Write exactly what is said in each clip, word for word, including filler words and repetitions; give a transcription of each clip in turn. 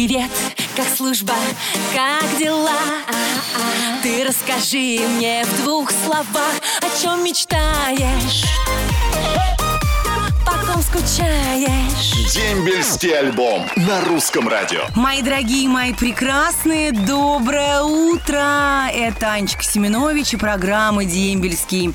Привет, как служба, как дела? Ты расскажи мне в двух словах, о чем мечтаешь, по ком скучаешь. Дембельский альбом на русском радио. Мои дорогие, мои прекрасные, доброе утро! Это Анечка Семенович и программа «Дембельский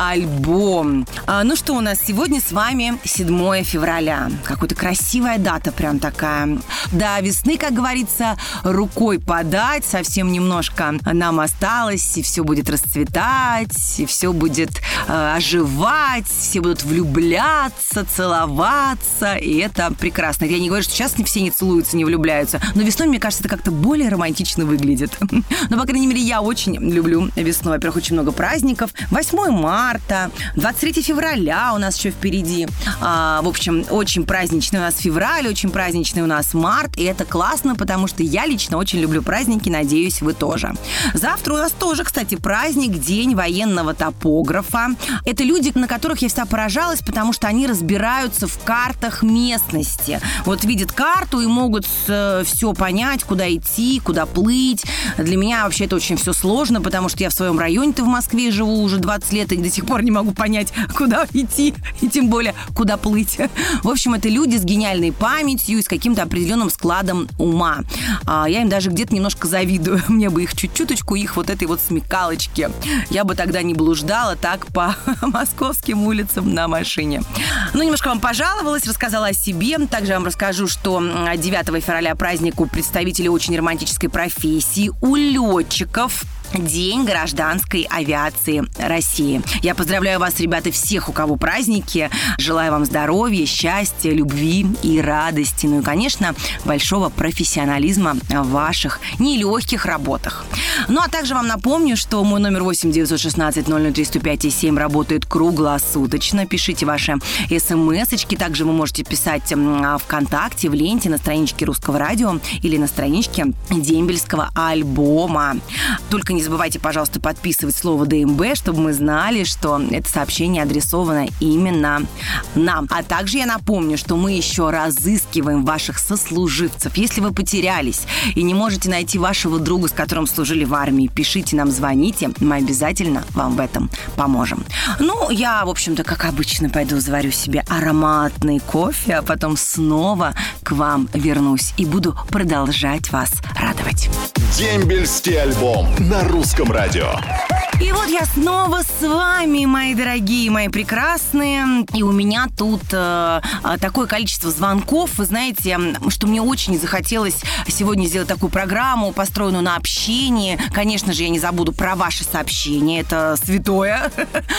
альбом». А, ну что, у нас сегодня с вами седьмое февраля. Какая-то красивая дата прям такая. До весны, как говорится, рукой подать. Совсем немножко нам осталось, и все будет расцветать, и все будет э, оживать, все будут влюбляться, целоваться, и это прекрасно. Я не говорю, что сейчас все не целуются, не влюбляются, но весной, мне кажется, это как-то более романтично выглядит. Но, по крайней мере, я очень люблю весну. Во-первых, очень много праздников. восьмое марта, двадцать третьего февраля у нас еще впереди. А, в общем, очень праздничный у нас февраль, очень праздничный у нас март, и это классно, потому что я лично очень люблю праздники, надеюсь, вы тоже. Завтра у нас тоже, кстати, праздник, День военного топографа. Это люди, на которых я всегда поражалась, потому что они разбираются в картах местности. Вот видят карту и могут э, все понять, куда идти, куда плыть. Для меня вообще это очень все сложно, потому что я в своем районе-то в Москве живу уже двадцать лет и до сих пор не могу понять, куда идти, и тем более, куда плыть. В общем, это люди с гениальной памятью и с каким-то определенным складом ума. А, я им даже где-то немножко завидую. Мне бы их чуть-чуточку, их вот этой вот смекалочки. Я бы тогда не блуждала так по московским улицам на машине. Ну, немножко вам пожаловалась, рассказала о себе. Также я вам расскажу, что девятого февраля праздник у представителей очень романтической профессии, у летчиков. День гражданской авиации России. Я поздравляю вас, ребята, всех, у кого праздники. Желаю вам здоровья, счастья, любви и радости. Ну и, конечно, большого профессионализма в ваших нелегких работах. Ну, а также вам напомню, что мой номер восемь девятьсот шестнадцать ноль ноль три сто пять семь работает круглосуточно. Пишите ваши смс-очки. Также вы можете писать ВКонтакте, в ленте, на страничке Русского радио или на страничке Дембельского альбома. Только не забывайте, пожалуйста, подписывать слово ДМБ, чтобы мы знали, что это сообщение адресовано именно нам. А также я напомню, что мы еще разыскиваем ваших сослуживцев. Если вы потерялись и не можете найти вашего друга, с которым служили в армии, пишите нам, звоните, мы обязательно вам в этом поможем. Ну, я, в общем-то, как обычно, пойду заварю себе ароматный кофе, а потом снова к вам вернусь и буду продолжать вас радовать. Дембельский альбом на русском радио. И вот я снова с вами, мои дорогие, мои прекрасные. И у меня тут э, такое количество звонков. Вы знаете, что мне очень захотелось сегодня сделать такую программу, построенную на общении. Конечно же, я не забуду про ваши сообщения. Это святое.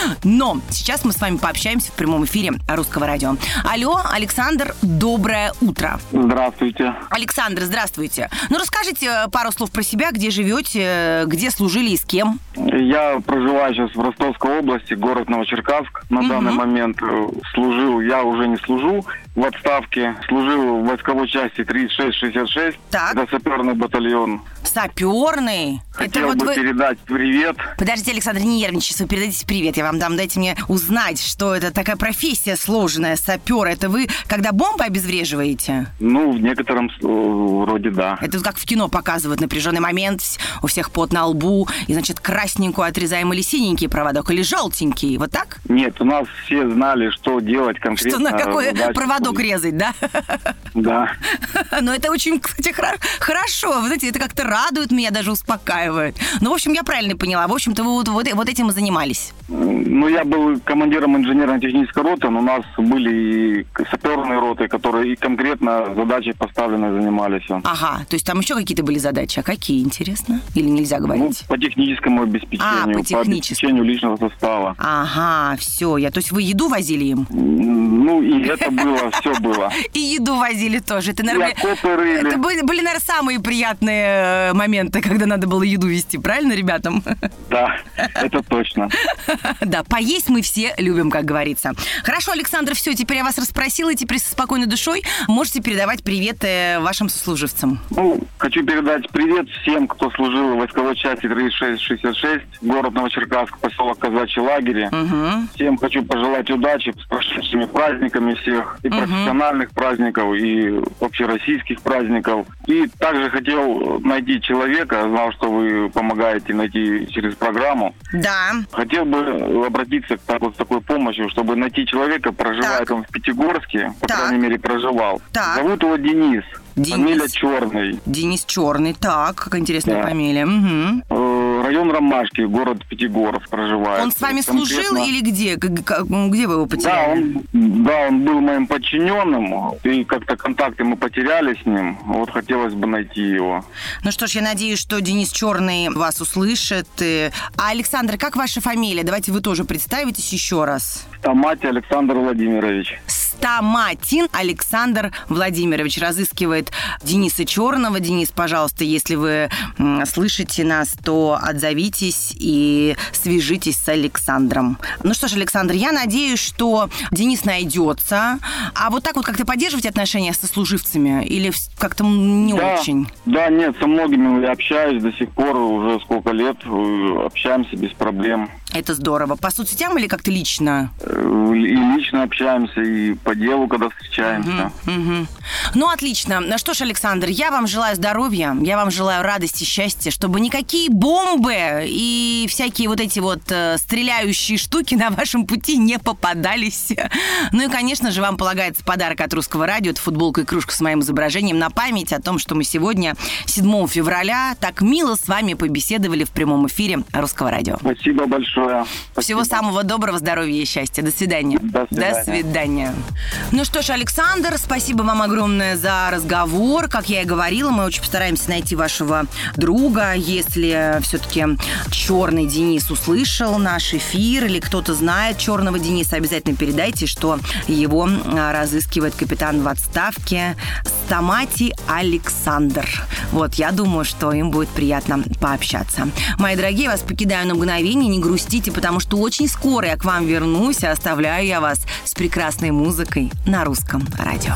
Но сейчас мы с вами пообщаемся в прямом эфире Русского радио. Алло, Александр, доброе утро. Здравствуйте. Александр, здравствуйте. Ну, расскажите пару слов про себя, где живете, где служили и с кем. Я проживаю сейчас в Ростовской области, город Новочеркасск. На угу. данный момент служил, я уже не служу в отставке. Служил в войсковой части тридцать шесть шестьдесят шесть. Так. Это саперный батальон. Саперный? Хотел это вот бы вы... передать привет. Подождите, Александр, не нервничайте, вы передадите привет. Я вам дам, дайте мне узнать, что это такая профессия сложная, сапер. Это вы, когда бомбы обезвреживаете? Ну, в некотором вроде да. Это как в кино показывают напряженный момент, у всех пот на лбу, и, значит, красненькую отрезаем или синенький проводок, или желтенький, вот так? Нет, у нас все знали, что делать конкретно. Что на какой проводок будет резать, да? Да. Но это очень, кстати, хорошо. Вы знаете, это как-то радует меня, даже успокаивает. Ну, в общем, я правильно поняла. В общем-то, вы вот, вот, вот этим и занимались. Ну, я был командиром инженерно-технической роты, но у нас были и саперные роты, которые и конкретно задачей поставленной занимались. Ага, то есть там еще какие-то были задачи. А какие, интересно? Или нельзя говорить? Ну, по техническому обеспечению, а, по, по обеспечению личного состава. Ага, все. Я, то есть вы еду возили им? Ну, и это было, все было. И еду возили тоже. Это, наверное, это были, были, наверное, самые приятные моменты, когда надо было еду везти, правильно, ребятам? Да, это точно. Да, поесть мы все любим, как говорится. Хорошо, Александр, все, теперь я вас расспросила, и теперь со спокойной душой можете передавать приветы вашим сослуживцам. Ну, хочу передать привет всем, кто служил в войсковой части тридцать шесть шестьдесят шесть, город Новочеркасск, поселок Казачий лагерь. Угу. Всем хочу пожелать удачи, с прошедшими праздниками всех. И угу. профессиональных праздников, и общероссийских праздников. И также хотел найти человека, знал, что вы помогаете найти через программу. Да. Хотел бы обратиться к, так, вот, с такой помощью, чтобы найти человека, проживает так. он в Пятигорске, по так. крайней мере, проживал. Так. Зовут его Денис. Денис. Фамилия Черный. Денис Черный. Так, какая интересная Да. фамилия. Угу. Район Ромашки, город Пятигорск проживает. Он с вами Конкретно... служил или где? Где вы его Да потеряли? он, да, он был моим подчиненным, и как-то контакты мы потеряли с ним. Вот хотелось бы найти его. Ну что ж, я надеюсь, что Денис Черный вас услышит. А Александр, как ваша фамилия? Давайте вы тоже представитесь еще раз. Стамати Александр Владимирович. Стаматин Александр Владимирович разыскивает Дениса Черного. Денис, пожалуйста, если вы м, слышите нас, то отзовитесь и свяжитесь с Александром. Ну что ж, Александр, я надеюсь, что Денис найдется. А вот так вот как-то поддерживаете отношения со служивцами? Или как-то не да, очень? Да, нет, со многими я общаюсь до сих пор, уже сколько лет, общаемся без проблем. Это здорово. По соцсетям или как-то лично? И лично общаемся, и по делу, когда встречаемся. Угу, угу. Ну, отлично. Ну что ж, Александр, я вам желаю здоровья, я вам желаю радости, счастья, чтобы никакие бомбы и всякие вот эти вот э, стреляющие штуки на вашем пути не попадались. Ну и, конечно же, вам полагается подарок от Русского радио. Это футболка и кружка с моим изображением на память о том, что мы сегодня, седьмого февраля, так мило с вами побеседовали в прямом эфире Русского радио. Спасибо большое. Спасибо. Всего самого доброго, здоровья и счастья. До свидания. До свидания. До свидания. Ну что ж, Александр, спасибо вам огромное за разговор. Как я и говорила, мы очень постараемся найти вашего друга. Если все-таки Черный Денис услышал наш эфир или кто-то знает Черного Дениса, обязательно передайте, что его разыскивает капитан в отставке Стамати Александр. Вот, я думаю, что им будет приятно пообщаться. Мои дорогие, вас покидаю на мгновение, не грустите, потому что очень скоро я к вам вернусь, а оставляю я вас с прекрасной музыкой на Русском радио.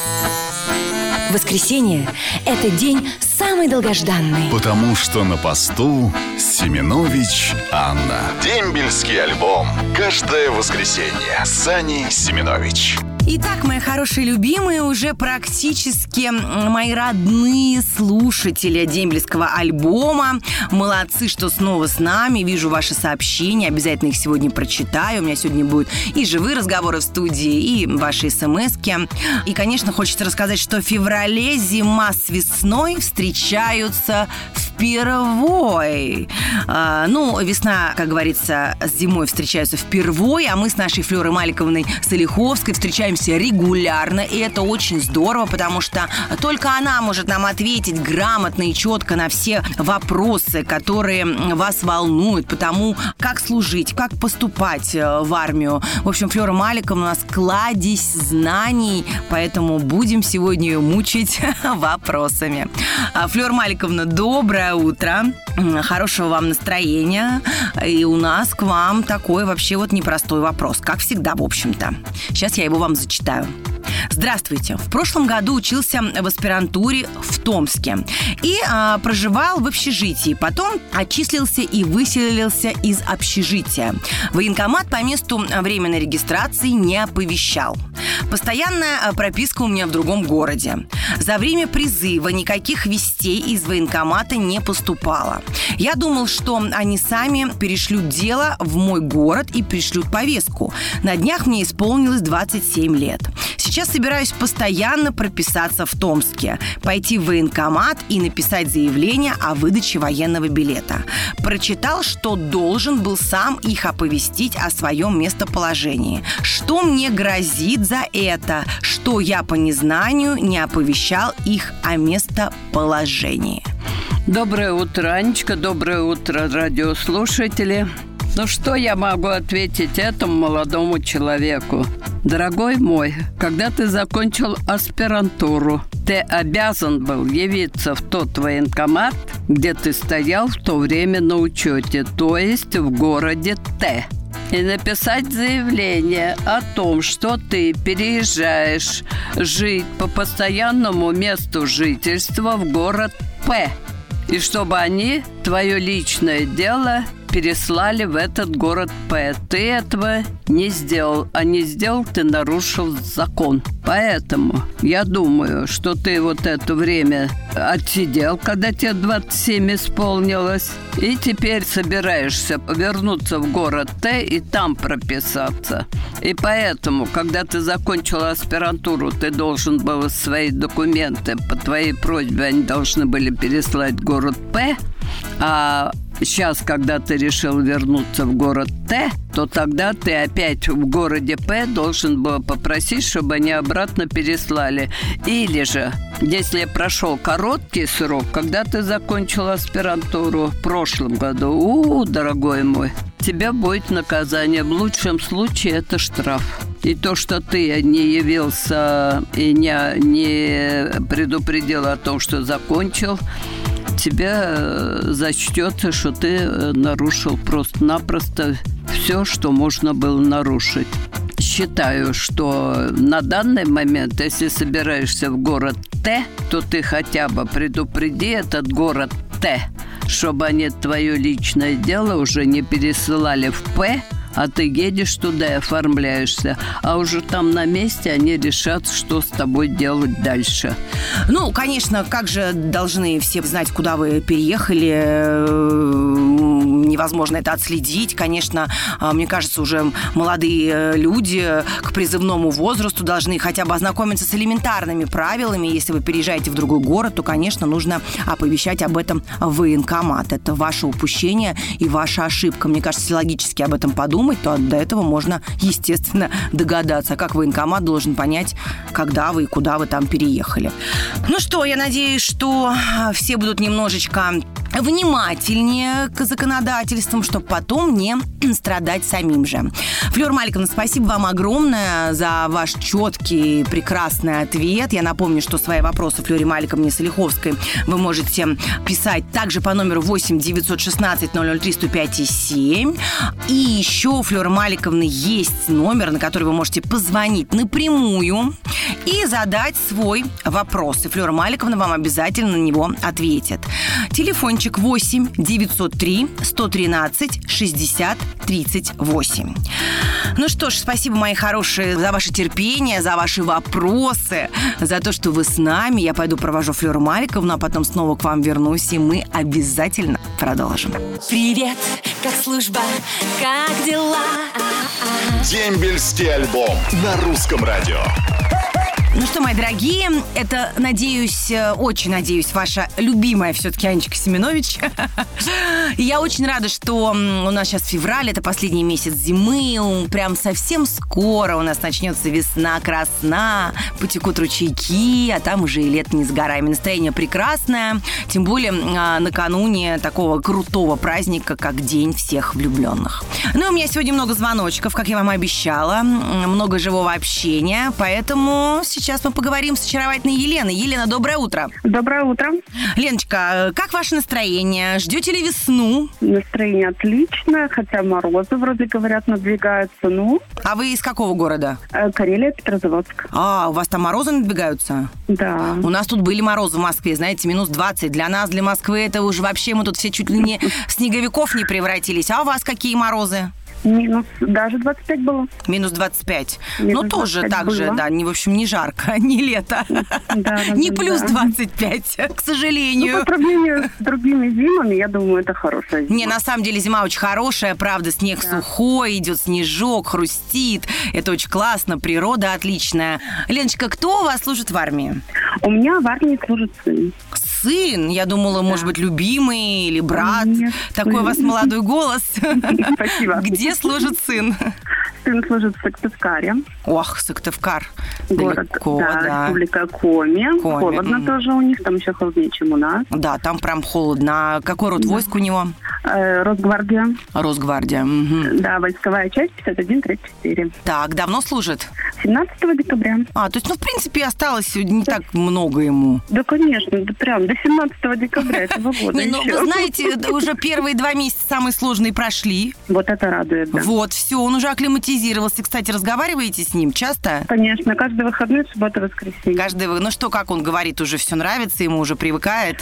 Воскресенье – это день самый долгожданный. Потому что на посту Семенович Анна. Дембельский альбом. Каждое воскресенье. Сани Семенович. Итак, мои хорошие любимые, уже практически мои родные слушатели дембельского альбома. Молодцы, что снова с нами. Вижу ваши сообщения. Обязательно их сегодня прочитаю. У меня сегодня будут и живые разговоры в студии, и ваши смски. И, конечно, хочется рассказать, что в феврале зима с весной встречаются впервой. А, ну, весна, как говорится, с зимой встречаются впервой, а мы с нашей Флёрой Маликовной Салиховской встречаемся регулярно, и это очень здорово, потому что только она может нам ответить грамотно и четко на все вопросы, которые вас волнуют, потому как служить, как поступать в армию. В общем, Флёра Маликовна у нас кладезь знаний, поэтому будем сегодня ее мучить вопросами. Флёра Маликовна, доброе утро, хорошего вам настроения, и у нас к вам такой вообще вот непростой вопрос, как всегда, в общем-то. Сейчас я его вам зачитаю. Здравствуйте. В прошлом году учился в аспирантуре в Томске и а, проживал в общежитии. Потом отчислился и выселился из общежития. Военкомат по месту временной регистрации не оповещал. Постоянная прописка у меня в другом городе. За время призыва никаких вестей из военкомата не поступало. Я думал, что они сами перешлют дело в мой город и пришлют повестку. На днях мне исполнилось двадцать семь лет. Сейчас собираюсь постоянно прописаться в Томске, пойти в военкомат и написать заявление о выдаче военного билета. Прочитал, что должен был сам их оповестить о своем местоположении. Что мне грозит за это, что я по незнанию не оповещал их о местоположении? Доброе утро, Анечка, доброе утро, радиослушатели. Ну что я могу ответить этому молодому человеку? Дорогой мой, когда ты закончил аспирантуру, ты обязан был явиться в тот военкомат, где ты стоял в то время на учете, то есть в городе Т. И написать заявление о том, что ты переезжаешь жить по постоянному месту жительства в город П. И чтобы они твое личное дело переслали в этот город П. Ты этого не сделал, а не сделал, ты нарушил закон. Поэтому я думаю, что ты вот это время отсидел, когда тебе двадцать семь исполнилось, и теперь собираешься вернуться в город Т и там прописаться. И поэтому, когда ты закончил аспирантуру, ты должен был свои документы, по твоей просьбе они должны были переслать в город П, а сейчас, когда ты решил вернуться в город Т, то тогда ты опять в городе П должен был попросить, чтобы они обратно переслали. Или же, если прошел короткий срок, когда ты закончил аспирантуру в прошлом году, у, дорогой мой, тебе будет наказание. В лучшем случае это штраф. И то, что ты не явился и не, не предупредил о том, что закончил, тебе зачтется, что ты нарушил просто-напросто все, что можно было нарушить. Считаю, что на данный момент, если собираешься в город Т, то ты хотя бы предупреди этот город Т, чтобы они твое личное дело уже не пересылали в П, а ты едешь туда и оформляешься. А уже там на месте они решат, что с тобой делать дальше. Ну, конечно, как же должны все знать, куда вы переехали? Невозможно это отследить. Конечно, мне кажется, уже молодые люди к призывному возрасту должны хотя бы ознакомиться с элементарными правилами. Если вы переезжаете в другой город, то, конечно, нужно оповещать об этом в военкомат. Это ваше упущение и ваша ошибка. Мне кажется, если логически об этом подумать, то до этого можно, естественно, догадаться, как военкомат должен понять, когда вы и куда вы там переехали. Ну что, я надеюсь, что все будут немножечко внимательнее к законодательствам, чтобы потом не страдать самим же. Флёр Маликовна, спасибо вам огромное за ваш четкий, прекрасный ответ. Я напомню, что свои вопросы Флёре Маликовне Салиховской вы можете писать также по номеру восемь девятьсот шестнадцать ноль ноль три сто пять семь. И еще у Флёры Маликовны есть номер, на который вы можете позвонить напрямую и задать свой вопрос. И Флёра Маликовна вам обязательно на него ответит. Телефончик восемь девятьсот три сто тринадцать шестьдесят тридцать восемь. Ну что ж, спасибо, мои хорошие, за ваше терпение, за ваши вопросы, за то, что вы с нами. Я пойду провожу Флёру Маликовну, а потом снова к вам вернусь, и мы обязательно продолжим. Привет, как служба, как дела? Дембельский альбом на русском радио. Ну что, мои дорогие, это, надеюсь, очень надеюсь, ваша любимая все-таки Анечка Семенович. И я очень рада, что у нас сейчас февраль, это последний месяц зимы, прям совсем скоро у нас начнется весна, красна, потекут ручейки, а там уже и лето не с горами. Настроение прекрасное, тем более накануне такого крутого праздника, как День всех влюбленных. Ну, у меня сегодня много звоночков, как я вам и обещала, много живого общения, поэтому сейчас мы поговорим с очаровательной Еленой. Елена, доброе утро. Доброе утро. Леночка, как ваше настроение? Ждете ли весну? Настроение отличное, хотя морозы, вроде говорят, надвигаются. Ну. А вы из какого города? Карелия, Петрозаводск. А, у вас там морозы надвигаются? Да. У нас тут были морозы в Москве, знаете, минус двадцать. Для нас, для Москвы, это уже вообще мы тут все чуть ли не в снеговиков не превратились. А у вас какие морозы? Минус, даже двадцать пять было. Минус двадцать пять. Минус ну, тоже так было. же, да, не, в общем, не жарко, не лето. Да, не да, плюс да. двадцать пять, к сожалению. Ну, по сравнению с другими зимами, я думаю, это хорошая зима. Не, на самом деле зима очень хорошая, правда, снег Да. сухой, идет снежок, хрустит. Это очень классно, природа отличная. Леночка, кто у вас служит в армии? У меня в армии служит сын. Сын? Я думала, может быть, любимый или брат. Нет, Такой сын. у вас молодой голос. Спасибо. Где служит сын? Сын служит в Сыктывкаре. Ох, Сыктывкар. Город, Далеко, да, да. Республика Коми. Коми, Холодно м. тоже у них, там еще холоднее, чем у нас. Да, там прям холодно. А какой род войск у него? Э, Росгвардия. Росгвардия. Мгм. Да, войсковая часть пятьдесят один тридцать четыре. Так, давно служит? семнадцатого декабря. А, то есть, ну, в принципе, осталось не так много ему. Да, конечно, да прям до семнадцатого декабря этого года. Не, ну, еще. вы знаете, да, уже первые два месяца самые сложные прошли. Вот это радует, да. Вот, все, он уже акклиматизировался. Кстати, разговариваете с ним часто? Конечно, каждый выходной, суббота, воскресенье. Каждый, вы- ну что, как он говорит, уже все нравится, ему уже привыкает?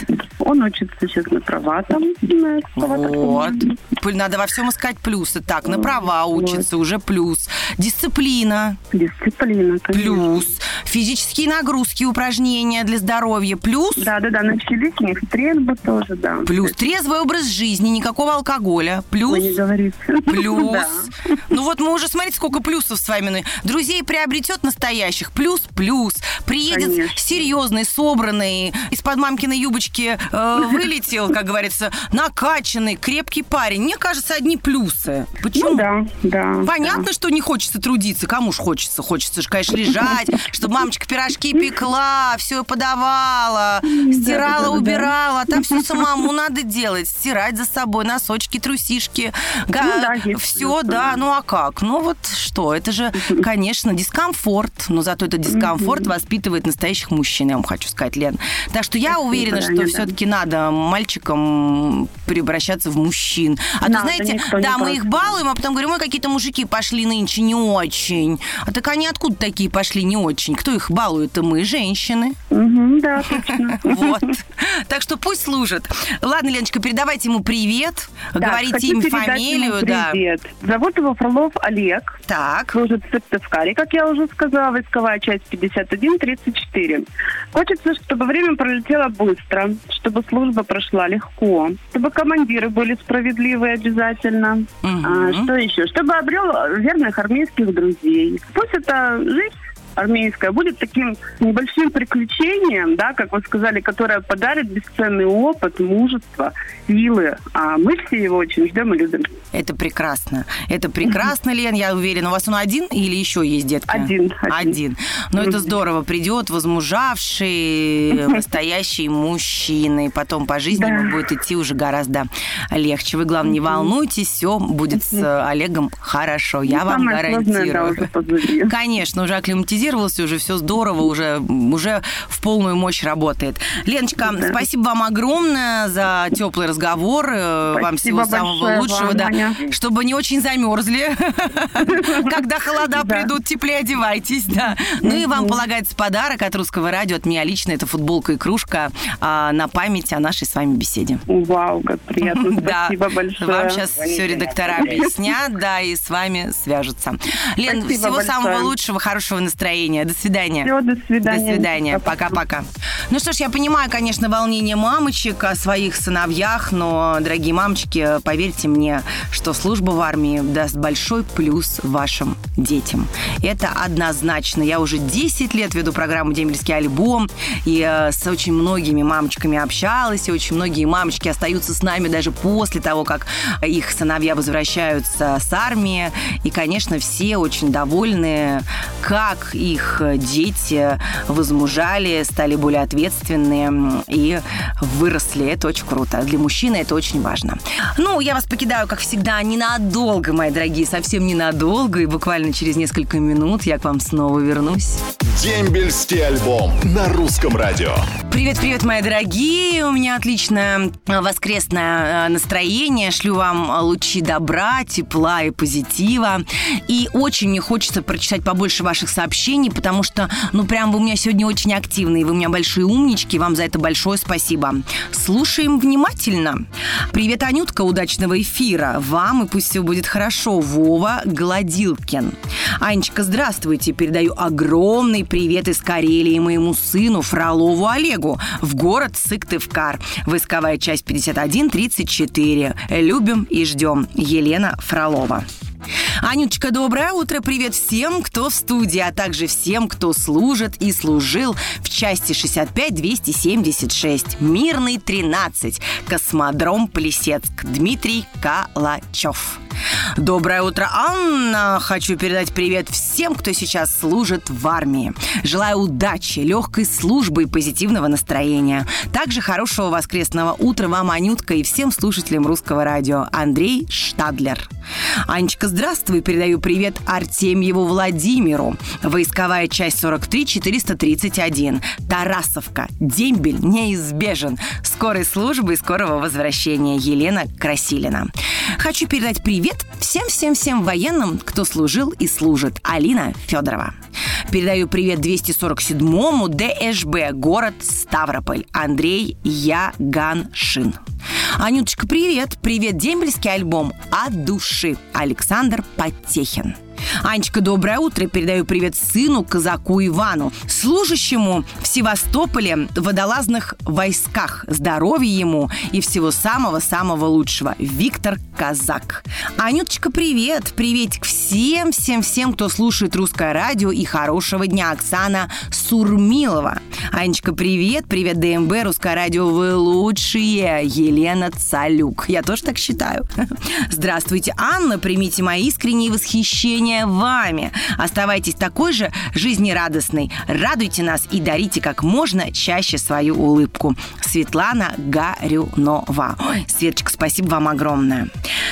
Он учится сейчас на права там. На вот. Надо во всем искать плюсы. Так, на права учится, вот. Уже плюс. Дисциплина. Дисциплина, конечно. Плюс. Физические нагрузки, упражнения для здоровья. Плюс. Да-да-да, начались у них стрельбы тоже, да. Плюс. Трезвый образ жизни, никакого алкоголя. Плюс. Вы не говорите. Плюс. Да. Ну вот мы уже, смотрите, сколько плюсов с вами. Друзей приобретет настоящих. Плюс, плюс. Приедет Конечно. Серьезный, собранный, из-под мамкиной юбочки э, вылетел, как говорится, накачанный, крепкий парень. Мне кажется, одни плюсы. Почему? Ну да, да. Понятно, да. что не хочется трудиться. Кому ж хочется? Хочется же, конечно, лежать, чтобы мамочка пирожки пекла, все подавала, стирала, да, да, убирала. А там все самому надо делать. Стирать за собой носочки, трусишки. Ну, да, все, да. Ну а как? Ну вот что? Это же, конечно, дискомфорт. Но зато этот дискомфорт воспитывает настоящих мужчин, я вам хочу сказать, Лен. Так что я Спасибо, уверена, что да. все-таки надо мальчикам превращаться в мужчин. А то, знаете, да, мы их балуем, а потом говорим, ой, какие-то мужики пошли нынче не очень. А так они откуда такие пошли не очень? Кто их балует? Мы, женщины. Угу, да, точно. Вот. Так что пусть служат. Ладно, Леночка, передавайте ему привет. Да, говорите им фамилию. Да. Привет. Зовут его Фролов Олег. Так. Служит в Сыктывкаре, как я уже сказала, войсковая часть пятьдесят один тридцать четыре. Хочется, чтобы время пролетело быстро, чтобы служба прошла легко, чтобы командиры были справедливы обязательно. Угу. А, что еще? Чтобы обрел верных армейских друзей. Пусть это жизнь армейская будет таким небольшим приключением, да, как вы сказали, которое подарит бесценный опыт, мужество, силы. А мы все его очень ждем и любим. Это прекрасно. Это прекрасно, Лен, я уверена. У вас он один или еще есть детки? Один. Один. один. Но это здорово. Придет возмужавший, настоящий мужчина. И потом по жизни да. ему будет идти уже гораздо легче. Вы, главное, не волнуйтесь, все будет с Олегом хорошо. Я ну, вам гарантирую. Сложное, да, конечно, уже акклиматизировался, уже все здорово, уже, уже в полную мощь работает. Леночка, да. спасибо вам огромное за теплый разговор. Спасибо вам всего самого лучшего. Да. Чтобы не очень замерзли. Когда холода придут, теплее одевайтесь. Да. Ну и вам полагается подарок от Русского радио, от меня лично. Это футболка и кружка на память о нашей с вами беседе. Вау, как приятно. Спасибо большое. Вам сейчас все редактора объяснят, да, и с вами свяжутся. Лен, Спасибо всего большое. самого лучшего, хорошего настроения. До свидания. Все, до свидания. До свидания. Пока-пока. Ну что ж, я понимаю, конечно, волнение мамочек о своих сыновьях, но, дорогие мамочки, поверьте мне, что служба в армии даст большой плюс вашим детям. Это однозначно. Я уже десять лет веду программу «Дембельский альбом», и э, с очень многими мамочками общалась, и очень многие мамочки остаются с нами даже после того, как их сыновья возвращаются с армии. И, конечно, все очень довольны, как их дети возмужали, стали более ответственные и выросли. Это очень круто. Для мужчины это очень важно. Ну, я вас покидаю, как всегда, ненадолго, мои дорогие, совсем ненадолго. И буквально через несколько минут я к вам снова вернусь. Дембельский альбом на Русском радио. Привет-привет, мои дорогие. У меня отличное воскресное настроение. Шлю вам лучи добра, тепла и позитива. И очень мне хочется прочитать побольше ваших сообщений, потому что, ну, прям вы у меня сегодня очень активные. Вы у меня большие умнички. Вам за это большое спасибо. Слушаем внимательно. Привет, Анютка, удачного эфира. Вам и пусть все будет хорошо. Вова Гладилкин. Анечка, здравствуйте. Передаю огромный привет из Карелии моему сыну Фролову Олегу в город Сыктывкар. Войсковая часть пятьдесят один тридцать четыре. Любим и ждем. Елена Фролова. Анюточка, доброе утро. Привет всем, кто в студии, а также всем, кто служит и служил в части шестьдесят пять двести семьдесят шесть. Мирный тринадцать. Космодром Плесецк. Дмитрий Калачев. Доброе утро, Анна. Хочу передать привет всем, кто сейчас служит в армии. Желаю удачи, легкой службы и позитивного настроения. Также хорошего воскресного утра вам, Анютка, и всем слушателям Русского радио. Андрей Штадлер. Анечка, здравствуй. Передаю привет Артемьеву Владимиру. Войсковая часть сорок три четыреста тридцать один. Тарасовка. Дембель неизбежен. Скорой службы и скорого возвращения. Елена Красилина. Хочу передать привет привет всем-всем-всем военным, кто служил и служит. Алина Федорова. Передаю привет двести сорок седьмому ДШБ, город Ставрополь. Андрей Яганшин. Анюточка, привет. Привет, дембельский альбом «От души». Александр Потехин. Анечка, доброе утро. Передаю привет сыну, казаку Ивану, служащему в Севастополе в водолазных войсках. Здоровья ему и всего самого-самого лучшего. Виктор Казак. Анюточка, привет. Приветик всем-всем-всем, кто слушает русское радио, и хорошего дня. Оксана Сурмилова. Анечка, привет. Привет, ДМБ, русское радио, вы лучшие. Елена Цалюк. Я тоже так считаю. Здравствуйте, Анна. Примите мои искренние восхищения вами. Оставайтесь такой же жизнерадостной. Радуйте нас и дарите как можно чаще свою улыбку. Светлана Горюнова. Ой, Светочка, спасибо вам огромное.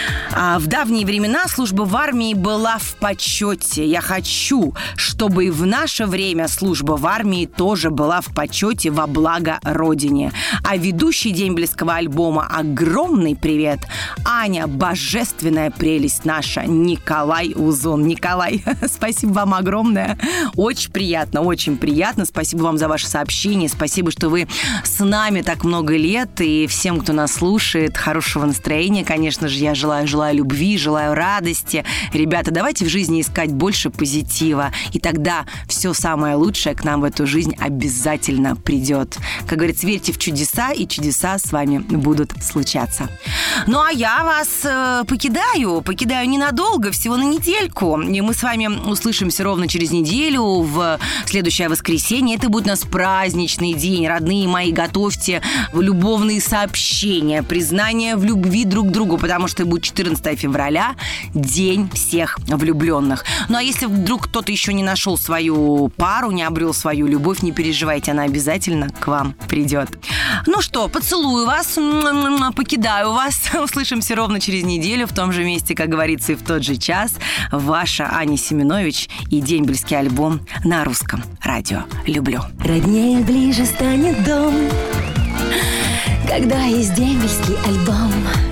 А в давние времена служба в армии была в почете. Я хочу, чтобы и в наше время служба в армии тоже была в почете во благо Родине. А ведущий дембельского альбома огромный привет. Аня, божественная прелесть наша, Николай Узун. Николай, спасибо вам огромное. Очень приятно, очень приятно. Спасибо вам за ваше сообщение. Спасибо, что вы с нами так много лет. И всем, кто нас слушает, хорошего настроения. Конечно же, я желаю, желаю любви, желаю радости. Ребята, давайте в жизни искать больше позитива. И тогда все самое лучшее к нам в эту жизнь обязательно придет. Как говорится, верьте в чудеса, и чудеса с вами будут случаться. Ну, а я вас э, покидаю. Покидаю ненадолго, всего на недельку. И мы с вами услышимся ровно через неделю, в следующее воскресенье. Это будет у нас праздничный день. Родные мои, готовьте любовные сообщения, признания в любви друг к другу, потому что будет четырнадцатое февраля, день всех влюбленных. Ну, а если вдруг кто-то еще не нашел свою пару, не обрел свою любовь, не переживайте, она обязательно к вам придет. Ну что, поцелую вас, покидаю вас. Услышимся ровно через неделю в том же месте, как говорится, и в тот же час. Ваша Аня Семенович и дембельский альбом на русском радио. Люблю. Роднее ближе станет дом, когда есть дембельский альбом.